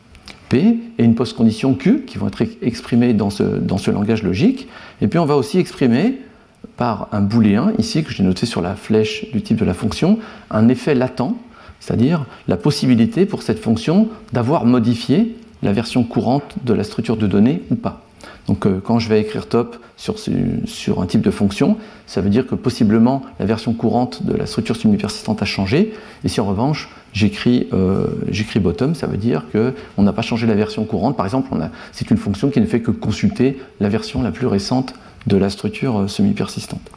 [SPEAKER 3] P et une postcondition Q qui vont être exprimées dans ce langage logique, et puis on va aussi exprimer par un booléen, ici que j'ai noté sur la flèche du type de la fonction, un effet latent, c'est-à-dire la possibilité pour cette fonction d'avoir modifié la version courante de la structure de données ou pas. Donc quand je vais écrire top sur un type de fonction, ça veut dire que possiblement la version courante de la structure semi-persistante a changé, et si en revanche j'écris bottom, ça veut dire qu'on n'a pas changé la version courante. Par exemple, c'est une fonction qui ne fait que consulter la version la plus récente de la structure semi-persistante.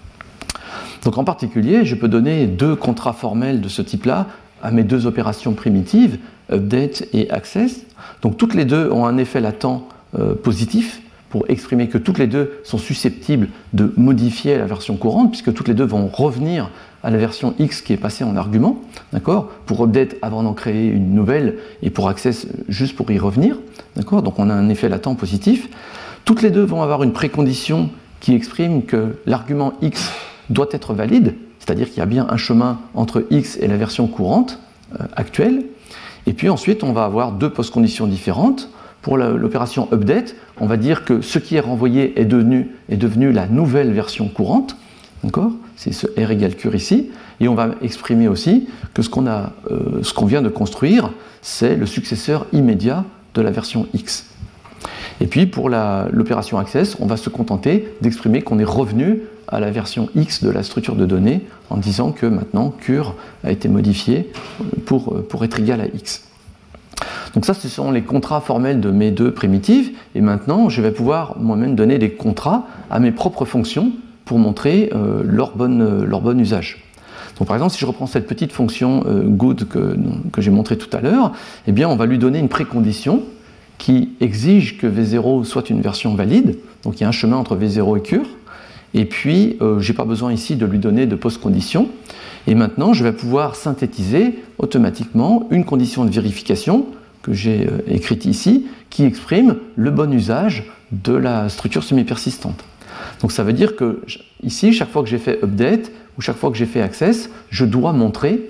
[SPEAKER 3] Donc en particulier, je peux donner deux contrats formels de ce type-là à mes deux opérations primitives, update et access. Donc toutes les deux ont un effet latent positif, pour exprimer que toutes les deux sont susceptibles de modifier la version courante, puisque toutes les deux vont revenir à la version X qui est passée en argument, d'accord ? Pour update avant d'en créer une nouvelle, et pour access juste pour y revenir, d'accord ? Donc on a un effet latent positif. Toutes les deux vont avoir une précondition qui exprime que l'argument X doit être valide, c'est-à-dire qu'il y a bien un chemin entre X et la version courante actuelle. Et puis ensuite, on va avoir deux postconditions différentes. Pour l'opération update, on va dire que ce qui est renvoyé est devenu la nouvelle version courante, d'accord ? C'est ce R égale cure ici, et on va exprimer aussi que ce qu'on vient de construire, c'est le successeur immédiat de la version X. Et puis pour l'opération access, on va se contenter d'exprimer qu'on est revenu à la version X de la structure de données en disant que maintenant cure a été modifié pour être égal à X. Donc ça, ce sont les contrats formels de mes deux primitives, et maintenant je vais pouvoir moi-même donner des contrats à mes propres fonctions pour montrer leur bon usage. Donc par exemple, si je reprends cette petite fonction good que j'ai montrée tout à l'heure, eh bien on va lui donner une précondition qui exige que V0 soit une version valide, donc il y a un chemin entre V0 et cure, et puis je n'ai pas besoin ici de lui donner de postcondition, et maintenant je vais pouvoir synthétiser automatiquement une condition de vérification que j'ai écrite ici, qui exprime le bon usage de la structure semi-persistante. Donc ça veut dire que ici, chaque fois que j'ai fait update ou chaque fois que j'ai fait access, je dois montrer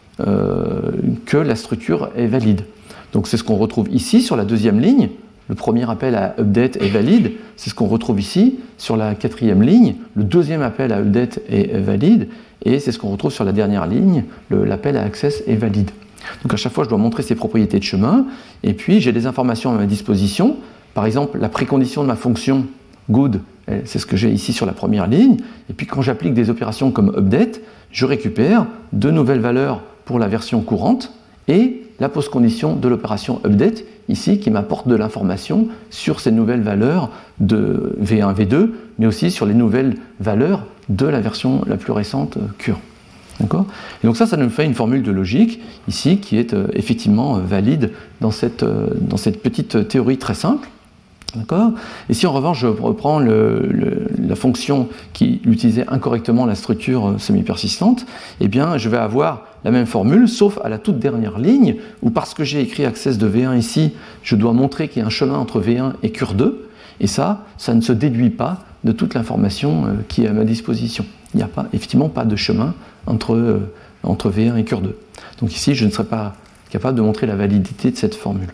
[SPEAKER 3] que la structure est valide. Donc c'est ce qu'on retrouve ici sur la deuxième ligne. Le premier appel à update est valide, c'est ce qu'on retrouve ici sur la quatrième ligne. Le deuxième appel à update est valide, et c'est ce qu'on retrouve sur la dernière ligne, l'appel à access est valide. Donc à chaque fois, je dois montrer ces propriétés de chemin, et puis j'ai des informations à ma disposition par exemple, la précondition de ma fonction good, c'est ce que j'ai ici sur la première ligne, et puis quand j'applique des opérations comme update, je récupère deux nouvelles valeurs pour la version courante et la postcondition de l'opération update, ici, qui m'apporte de l'information sur ces nouvelles valeurs de V1, V2, mais aussi sur les nouvelles valeurs de la version la plus récente Cure. D'accord ? Et donc ça nous fait une formule de logique, ici, qui est effectivement valide dans cette petite théorie très simple. D'accord ? Et si en revanche je reprends la fonction qui utilisait incorrectement la structure semi-persistante, eh bien je vais avoir la même formule, sauf à la toute dernière ligne, où parce que j'ai écrit access de V1 ici, je dois montrer qu'il y a un chemin entre V1 et Cure 2, et ça ne se déduit pas de toute l'information qui est à ma disposition. Il n'y a effectivement pas de chemin entre V1 et Cure 2. Donc ici, je ne serai pas capable de montrer la validité de cette formule.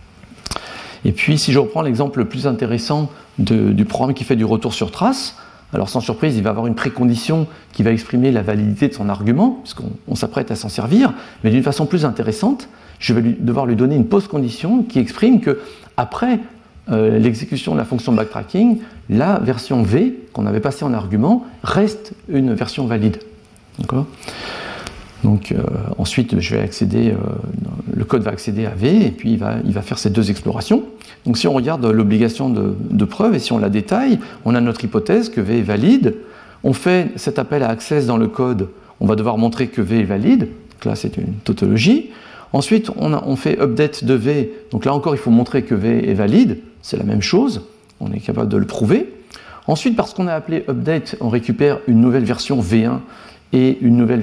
[SPEAKER 3] Et puis, si je reprends l'exemple le plus intéressant du programme qui fait du retour sur trace, alors sans surprise, il va avoir une précondition qui va exprimer la validité de son argument, puisqu'on s'apprête à s'en servir, mais d'une façon plus intéressante, je vais devoir lui donner une postcondition qui exprime que, après l'exécution de la fonction backtracking, la version V, qu'on avait passée en argument, reste une version valide. D'accord ? Donc ensuite, je vais accéder, le code va accéder à V et puis il va faire ces deux explorations. Donc si on regarde l'obligation de preuve et si on la détaille, on a notre hypothèse que V est valide. On fait cet appel à access dans le code, on va devoir montrer que V est valide. Donc là, c'est une tautologie. Ensuite, on fait update de V. Donc là encore, il faut montrer que V est valide. C'est la même chose. On est capable de le prouver. Ensuite, parce qu'on a appelé update, on récupère une nouvelle version V1 et une nouvelle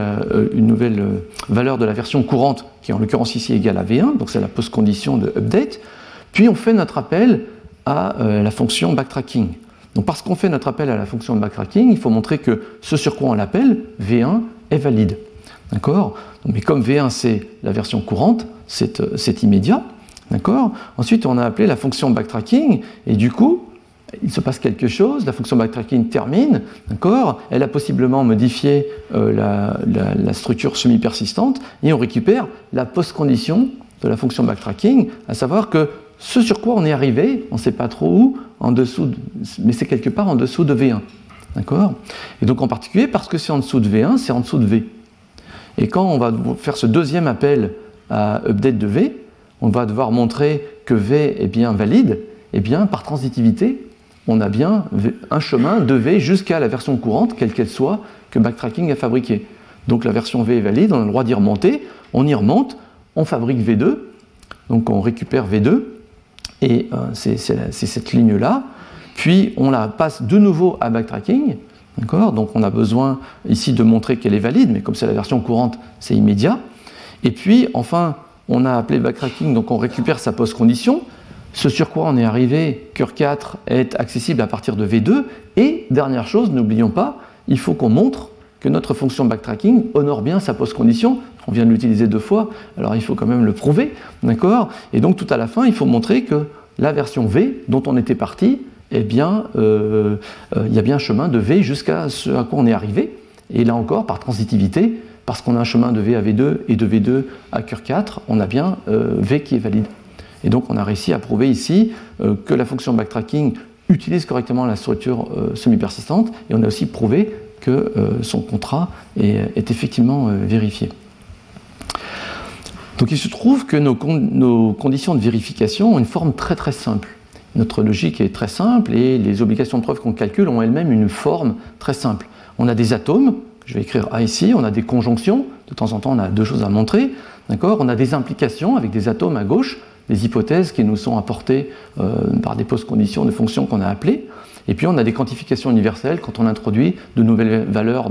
[SPEAKER 3] valeur de la version courante, qui en l'occurrence ici est égale à V1, donc c'est la postcondition de update. Puis on fait notre appel à la fonction backtracking. Donc parce qu'on fait notre appel à la fonction backtracking, il faut montrer que ce sur quoi on l'appelle, V1, est valide. D'accord ? Mais comme V1 c'est la version courante, c'est immédiat. D'accord ? Ensuite on a appelé la fonction backtracking, et du coup, il se passe quelque chose, la fonction backtracking termine, d'accord ? Elle a possiblement modifié la structure semi-persistante et on récupère la postcondition de la fonction backtracking, à savoir que ce sur quoi on est arrivé, on ne sait pas trop où, mais c'est quelque part en dessous de V1. D'accord ? Et donc en particulier, parce que c'est en dessous de V1, c'est en dessous de V. Et quand on va faire ce deuxième appel à update de V, on va devoir montrer que V est bien valide, et bien par transitivité, on a bien un chemin de V jusqu'à la version courante, quelle qu'elle soit, que backtracking a fabriquée. Donc la version V est valide, on a le droit d'y remonter, on y remonte, on fabrique V2, donc on récupère V2, et c'est cette ligne-là, puis on la passe de nouveau à backtracking, d'accord ? Donc on a besoin ici de montrer qu'elle est valide, mais comme c'est la version courante, c'est immédiat. Et puis enfin, on a appelé backtracking, donc on récupère sa postcondition. Ce sur quoi on est arrivé, Cure 4 est accessible à partir de V2. Et dernière chose, n'oublions pas, il faut qu'on montre que notre fonction backtracking honore bien sa postcondition. On vient de l'utiliser 2 fois, alors il faut quand même le prouver, d'accord ? Et donc tout à la fin, il faut montrer que la version V dont on était parti, eh bien, il y a bien un chemin de V jusqu'à ce à quoi on est arrivé. Et là encore, par transitivité, parce qu'on a un chemin de V à V2 et de V2 à Cure 4, on a bien V qui est valide. Et donc on a réussi à prouver ici que la fonction backtracking utilise correctement la structure semi-persistante, et on a aussi prouvé que son contrat est effectivement vérifié. Donc il se trouve que nos conditions de vérification ont une forme très très simple. Notre logique est très simple et les obligations de preuve qu'on calcule ont elles-mêmes une forme très simple. On a des atomes, je vais écrire A ici, on a des conjonctions, de temps en temps on a 2 choses à montrer, d'accord ? On a des implications avec des atomes à gauche, des hypothèses qui nous sont apportées par des postconditions de fonctions qu'on a appelées. Et puis on a des quantifications universelles quand on introduit de nouvelles valeurs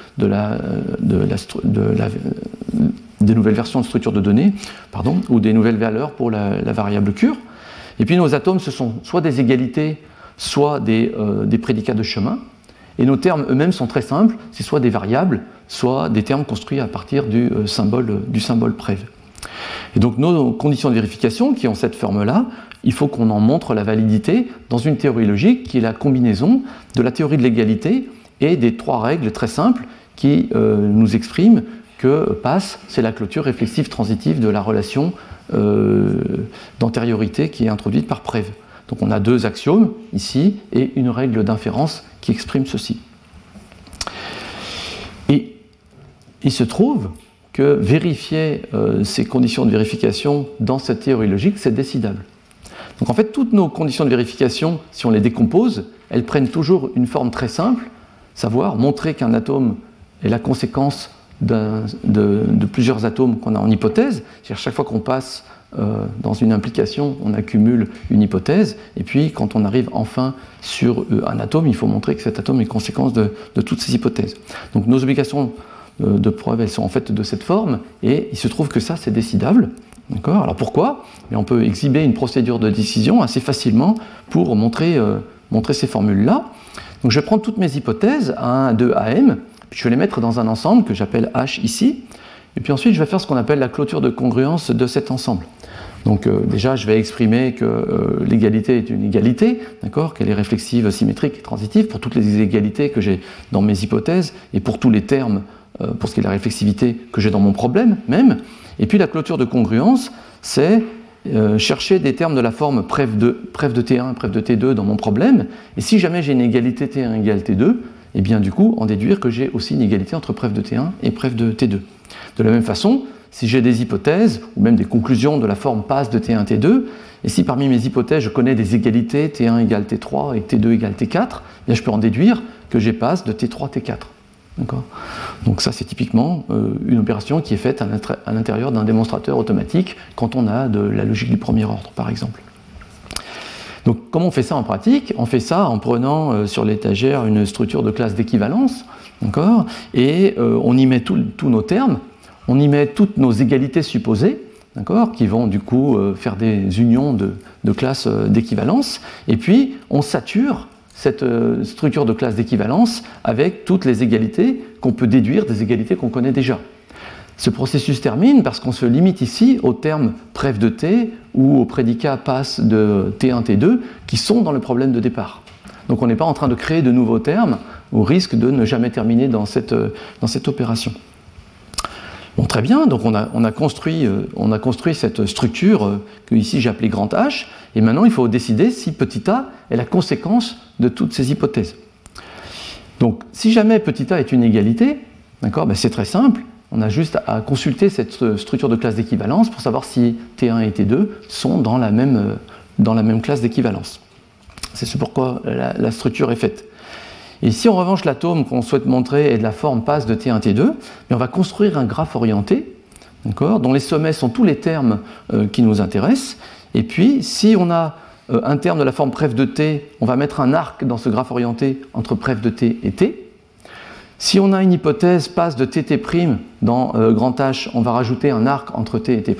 [SPEAKER 3] des nouvelles versions de structure de données, ou des nouvelles valeurs pour la variable Cure. Et puis nos atomes, ce sont soit des égalités, soit des prédicats de chemin. Et nos termes eux-mêmes sont très simples, c'est soit des variables, soit des termes construits à partir du symbole prev. Et donc nos conditions de vérification qui ont cette forme-là, il faut qu'on en montre la validité dans une théorie logique qui est la combinaison de la théorie de l'égalité et des 3 règles très simples qui nous expriment que pass, c'est la clôture réflexive transitive de la relation d'antériorité qui est introduite par Prev. Donc on a 2 axiomes ici et une règle d'inférence qui exprime ceci. Et il se trouve que vérifier ces conditions de vérification dans cette théorie logique, c'est décidable. Donc en fait, toutes nos conditions de vérification, si on les décompose, elles prennent toujours une forme très simple, savoir montrer qu'un atome est la conséquence de plusieurs atomes qu'on a en hypothèse. C'est-à-dire chaque fois qu'on passe dans une implication, on accumule une hypothèse, et puis quand on arrive enfin sur un atome, il faut montrer que cet atome est conséquence de toutes ces hypothèses. Donc nos obligations de preuve, elles sont en fait de cette forme, et il se trouve que ça, c'est décidable. D'accord ? Alors pourquoi ? Et on peut exhiber une procédure de décision assez facilement pour montrer ces formules-là. Donc je vais prendre toutes mes hypothèses, A1, A2, AM, puis je vais les mettre dans un ensemble que j'appelle H ici, et puis ensuite je vais faire ce qu'on appelle la clôture de congruence de cet ensemble. Donc déjà je vais exprimer que l'égalité est une égalité, d'accord, qu'elle est réflexive, symétrique et transitive pour toutes les égalités que j'ai dans mes hypothèses et pour tous les termes, pour ce qui est de la réflexivité que j'ai dans mon problème même. Et puis la clôture de congruence, c'est chercher des termes de la forme preuve de T1 et preuve de T2 dans mon problème, et si jamais j'ai une égalité T1 égale T2, et bien du coup en déduire que j'ai aussi une égalité entre preuve de T1 et preuve de T2. De la même façon, si j'ai des hypothèses, ou même des conclusions de la forme passe de T1 T2, et si parmi mes hypothèses je connais des égalités T1 égale T3 et T2 égale T4, bien je peux en déduire que j'ai passe de T3 T4. D'accord ? Donc ça c'est typiquement une opération qui est faite à l'intérieur d'un démonstrateur automatique quand on a de la logique du premier ordre par exemple. Donc comment on fait ça en pratique ? On fait ça en prenant sur l'étagère une structure de classe d'équivalence, d'accord ? Et on y met tous nos termes, on y met toutes nos égalités supposées, d'accord ? Qui vont du coup faire des unions de classes d'équivalence, et puis on sature cette structure de classe d'équivalence avec toutes les égalités qu'on peut déduire des égalités qu'on connaît déjà. Ce processus termine parce qu'on se limite ici aux termes preuve de T ou aux prédicats passe de T1, T2 qui sont dans le problème de départ. Donc on n'est pas en train de créer de nouveaux termes au risque de ne jamais terminer dans cette opération. Bon, très bien, donc on a construit cette structure que ici j'ai appelée grand H, et maintenant il faut décider si petit a est la conséquence de toutes ces hypothèses. Donc si jamais petit a est une égalité, d'accord, ben c'est très simple, on a juste à consulter cette structure de classe d'équivalence pour savoir si T1 et T2 sont dans la même classe d'équivalence. C'est ce pourquoi la structure est faite. Et si en revanche l'atome qu'on souhaite montrer est de la forme passe de T1, T2, on va construire un graphe orienté, d'accord, dont les sommets sont tous les termes qui nous intéressent. Et puis si on a un terme de la forme preuve de T, on va mettre un arc dans ce graphe orienté entre preuve de T et T. Si on a une hypothèse passe de Tt' dans grand H, on va rajouter un arc entre T et T'.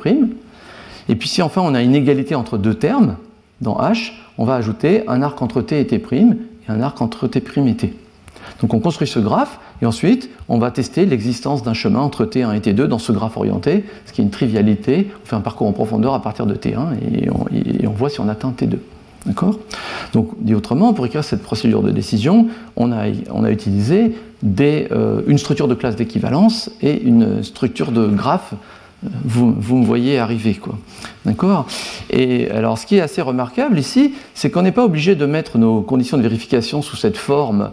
[SPEAKER 3] Et puis si enfin on a une égalité entre deux termes dans H, on va ajouter un arc entre T et T' et un arc entre T' et T. Donc on construit ce graphe et ensuite on va tester l'existence d'un chemin entre T1 et T2 dans ce graphe orienté, ce qui est une trivialité. On fait un parcours en profondeur à partir de T1 et on voit si on atteint T2. D'accord ? Donc dit autrement, pour écrire cette procédure de décision, on a utilisé une structure de classe d'équivalence et une structure de graphe. Vous me voyez arriver, quoi. D'accord ? Et alors, ce qui est assez remarquable ici, c'est qu'on n'est pas obligé de mettre nos conditions de vérification sous cette forme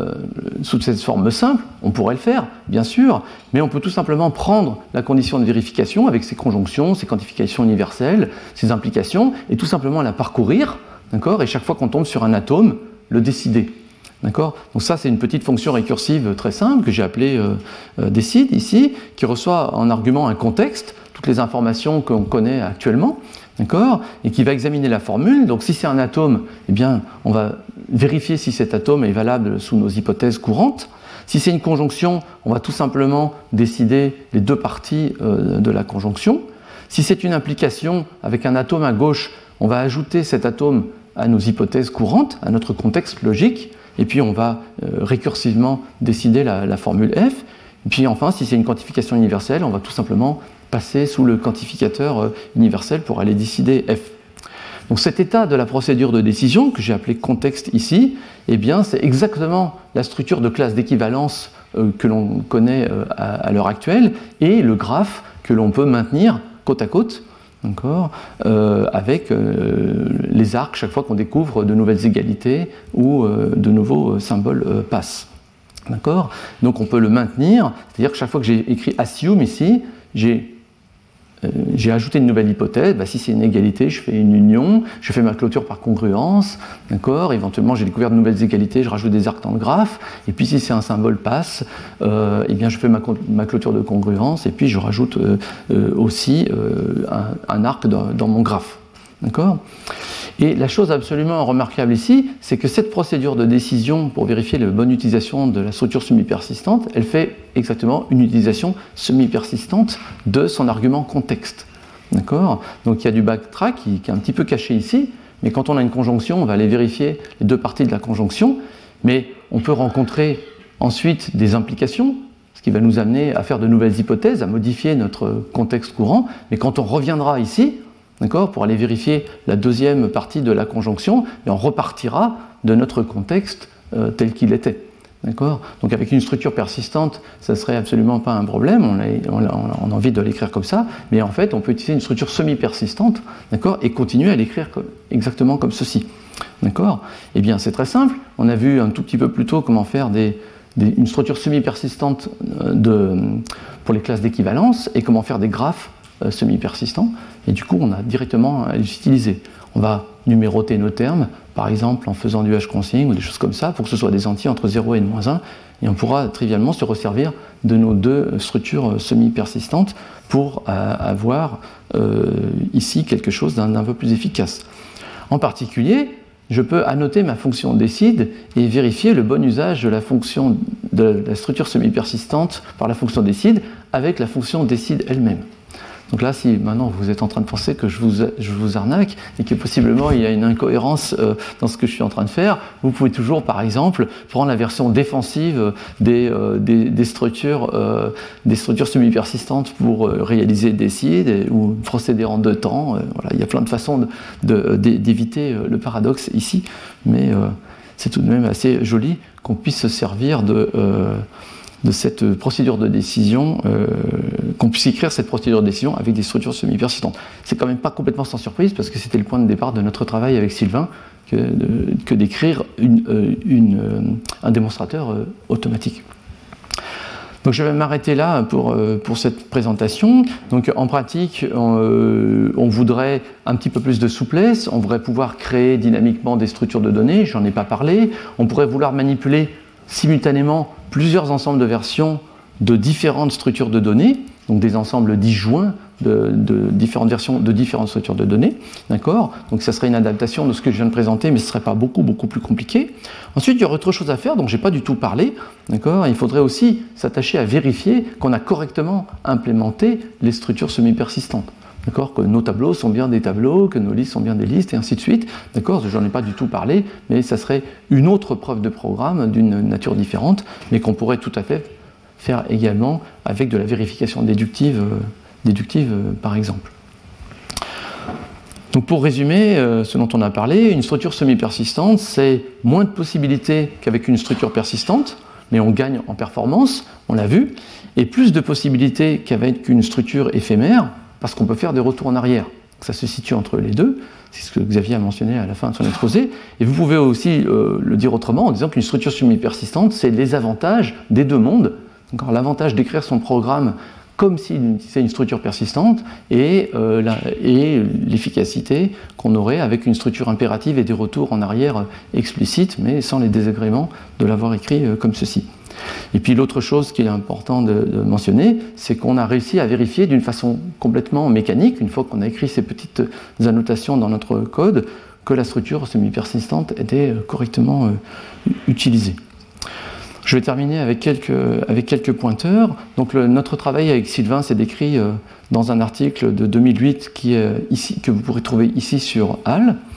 [SPEAKER 3] simple. On pourrait le faire, bien sûr, mais on peut tout simplement prendre la condition de vérification avec ses conjonctions, ses quantifications universelles, ses implications, et tout simplement la parcourir, d'accord ? Et chaque fois qu'on tombe sur un atome, le décider. D'accord ? Donc ça, c'est une petite fonction récursive très simple que j'ai appelée décide ici, qui reçoit en argument un contexte, toutes les informations qu'on connaît actuellement, d'accord ? Et qui va examiner la formule. Donc si c'est un atome, eh bien, on va vérifier si cet atome est valable sous nos hypothèses courantes. Si c'est une conjonction, on va tout simplement décider les deux parties de la conjonction. Si c'est une implication avec un atome à gauche, on va ajouter cet atome à nos hypothèses courantes, à notre contexte logique. Et puis on va récursivement décider la formule F. Et puis enfin, si c'est une quantification universelle, on va tout simplement passer sous le quantificateur universel pour aller décider F. Donc cet état de la procédure de décision, que j'ai appelé contexte ici, eh bien c'est exactement la structure de classe d'équivalence que l'on connaît à l'heure actuelle et le graphe que l'on peut maintenir côte à côte, d'accord, avec les arcs chaque fois qu'on découvre de nouvelles égalités ou de nouveaux symboles pass. D'accord ? Donc on peut le maintenir, c'est-à-dire que chaque fois que j'ai écrit assume ici, j'ai ajouté une nouvelle hypothèse. Si c'est une égalité, je fais une union, je fais ma clôture par congruence, d'accord ? Éventuellement, j'ai découvert de nouvelles égalités, je rajoute des arcs dans le graphe, et puis si c'est un symbole pass, eh bien je fais ma clôture de congruence, et puis je rajoute aussi un arc dans mon graphe, d'accord ? Et la chose absolument remarquable ici, c'est que cette procédure de décision pour vérifier la bonne utilisation de la structure semi-persistante, elle fait exactement une utilisation semi-persistante de son argument contexte. D'accord ? Donc il y a du backtrack qui est un petit peu caché ici, mais quand on a une conjonction, on va aller vérifier les deux parties de la conjonction, mais on peut rencontrer ensuite des implications, ce qui va nous amener à faire de nouvelles hypothèses, à modifier notre contexte courant, mais quand on reviendra ici, d'accord, pour aller vérifier la deuxième partie de la conjonction, et on repartira de notre contexte tel qu'il était. D'accord ? Donc avec une structure persistante, ça ne serait absolument pas un problème, on a envie de l'écrire comme ça, mais en fait on peut utiliser une structure semi-persistante, d'accord, et continuer à l'écrire exactement comme ceci. D'accord ? Eh bien c'est très simple, on a vu un tout petit peu plus tôt comment faire une structure semi-persistante pour les classes d'équivalence et comment faire des graphes semi-persistants, et du coup on a directement à les utiliser. On va numéroter nos termes, par exemple en faisant du h-crossing ou des choses comme ça, pour que ce soit des entiers entre 0 et -1, et on pourra trivialement se resservir de nos deux structures semi-persistantes pour avoir ici quelque chose d'un peu plus efficace. En particulier, je peux annoter ma fonction décide et vérifier le bon usage de la fonction de la structure semi-persistante par la fonction décide avec la fonction décide elle-même. Donc là, si maintenant vous êtes en train de penser que je vous arnaque et que possiblement il y a une incohérence dans ce que je suis en train de faire, vous pouvez toujours, par exemple, prendre la version défensive des structures semi-persistantes pour réaliser décide ou procéder en deux temps. Voilà, il y a plein de façons d'éviter le paradoxe ici, mais c'est tout de même assez joli qu'on puisse se servir de cette procédure de décision, qu'on puisse écrire cette procédure de décision avec des structures semi-persistantes. C'est quand même pas complètement sans surprise, parce que c'était le point de départ de notre travail avec Sylvain, que d'écrire un démonstrateur automatique. Donc je vais m'arrêter là pour cette présentation. Donc en pratique, on voudrait un petit peu plus de souplesse, on voudrait pouvoir créer dynamiquement des structures de données, j'en ai pas parlé, on pourrait vouloir manipuler simultanément plusieurs ensembles de versions de différentes structures de données, donc des ensembles disjoints de différentes versions de différentes structures de données, d'accord ? Donc ça serait une adaptation de ce que je viens de présenter, mais ce ne serait pas beaucoup plus compliqué. Ensuite, il y aurait autre chose à faire, dont je n'ai pas du tout parlé, d'accord ? Il faudrait aussi s'attacher à vérifier qu'on a correctement implémenté les structures semi-persistantes. D'accord, que nos tableaux sont bien des tableaux, que nos listes sont bien des listes, et ainsi de suite. D'accord, j'en ai pas du tout parlé, mais ça serait une autre preuve de programme d'une nature différente, mais qu'on pourrait tout à fait faire également avec de la vérification déductive par exemple. Donc pour résumer ce dont on a parlé, une structure semi-persistante, c'est moins de possibilités qu'avec une structure persistante, mais on gagne en performance, on l'a vu, et plus de possibilités qu'avec une structure éphémère, parce qu'on peut faire des retours en arrière. Ça se situe entre les deux, c'est ce que Xavier a mentionné à la fin de son exposé, et vous pouvez aussi le dire autrement en disant qu'une structure semi-persistante, c'est les avantages des deux mondes. Donc, l'avantage d'écrire son programme comme s'il utilisait une structure persistante et l'efficacité qu'on aurait avec une structure impérative et des retours en arrière explicites, mais sans les désagréments de l'avoir écrit comme ceci. Et puis l'autre chose qu'il est important de mentionner, c'est qu'on a réussi à vérifier d'une façon complètement mécanique, une fois qu'on a écrit ces petites annotations dans notre code, que la structure semi-persistante était correctement utilisée. Je vais terminer avec quelques pointeurs. Donc notre travail avec Sylvain s'est décrit dans un article de 2008 que vous pourrez trouver ici sur HAL.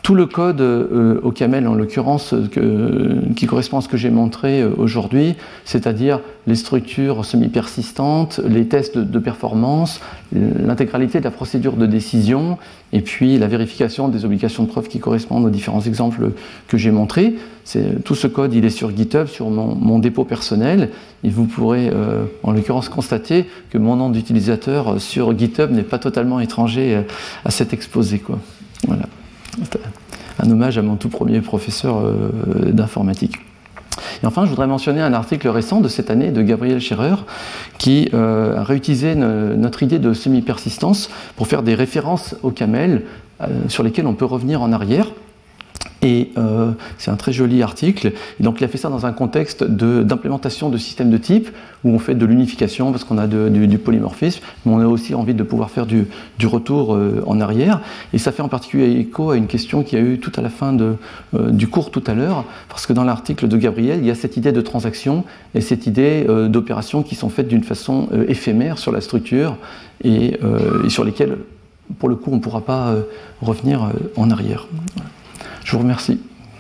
[SPEAKER 3] Tout le code OCaml, en l'occurrence, qui correspond à ce que j'ai montré aujourd'hui, c'est-à-dire les structures semi-persistantes, les tests de performance, l'intégralité de la procédure de décision, et puis la vérification des obligations de preuve qui correspondent aux différents exemples que j'ai montrés. Tout ce code, il est sur GitHub, sur mon dépôt personnel, et vous pourrez, en l'occurrence, constater que mon nom d'utilisateur sur GitHub n'est pas totalement étranger à cet exposé, quoi. Voilà. Un hommage à mon tout premier professeur d'informatique. Et enfin, je voudrais mentionner un article récent de cette année de Gabriel Scherer qui a réutilisé notre idée de semi-persistance pour faire des références OCaml sur lesquelles on peut revenir en arrière. Et c'est un très joli article. Et donc il a fait ça dans un contexte d'implémentation de systèmes de type où on fait de l'unification parce qu'on a du polymorphisme, mais on a aussi envie de pouvoir faire du retour en arrière. Et ça fait en particulier écho à une question qu'il y a eu tout à la fin du cours tout à l'heure, parce que dans l'article de Gabriel, il y a cette idée de transaction et cette idée d'opérations qui sont faites d'une façon éphémère sur la structure et sur lesquelles, pour le coup, on ne pourra pas revenir en arrière. Voilà. Je vous remercie.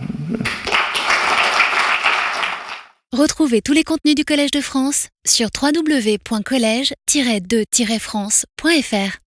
[SPEAKER 1] Retrouvez tous les contenus du Collège de France sur www.collège-2-france.fr.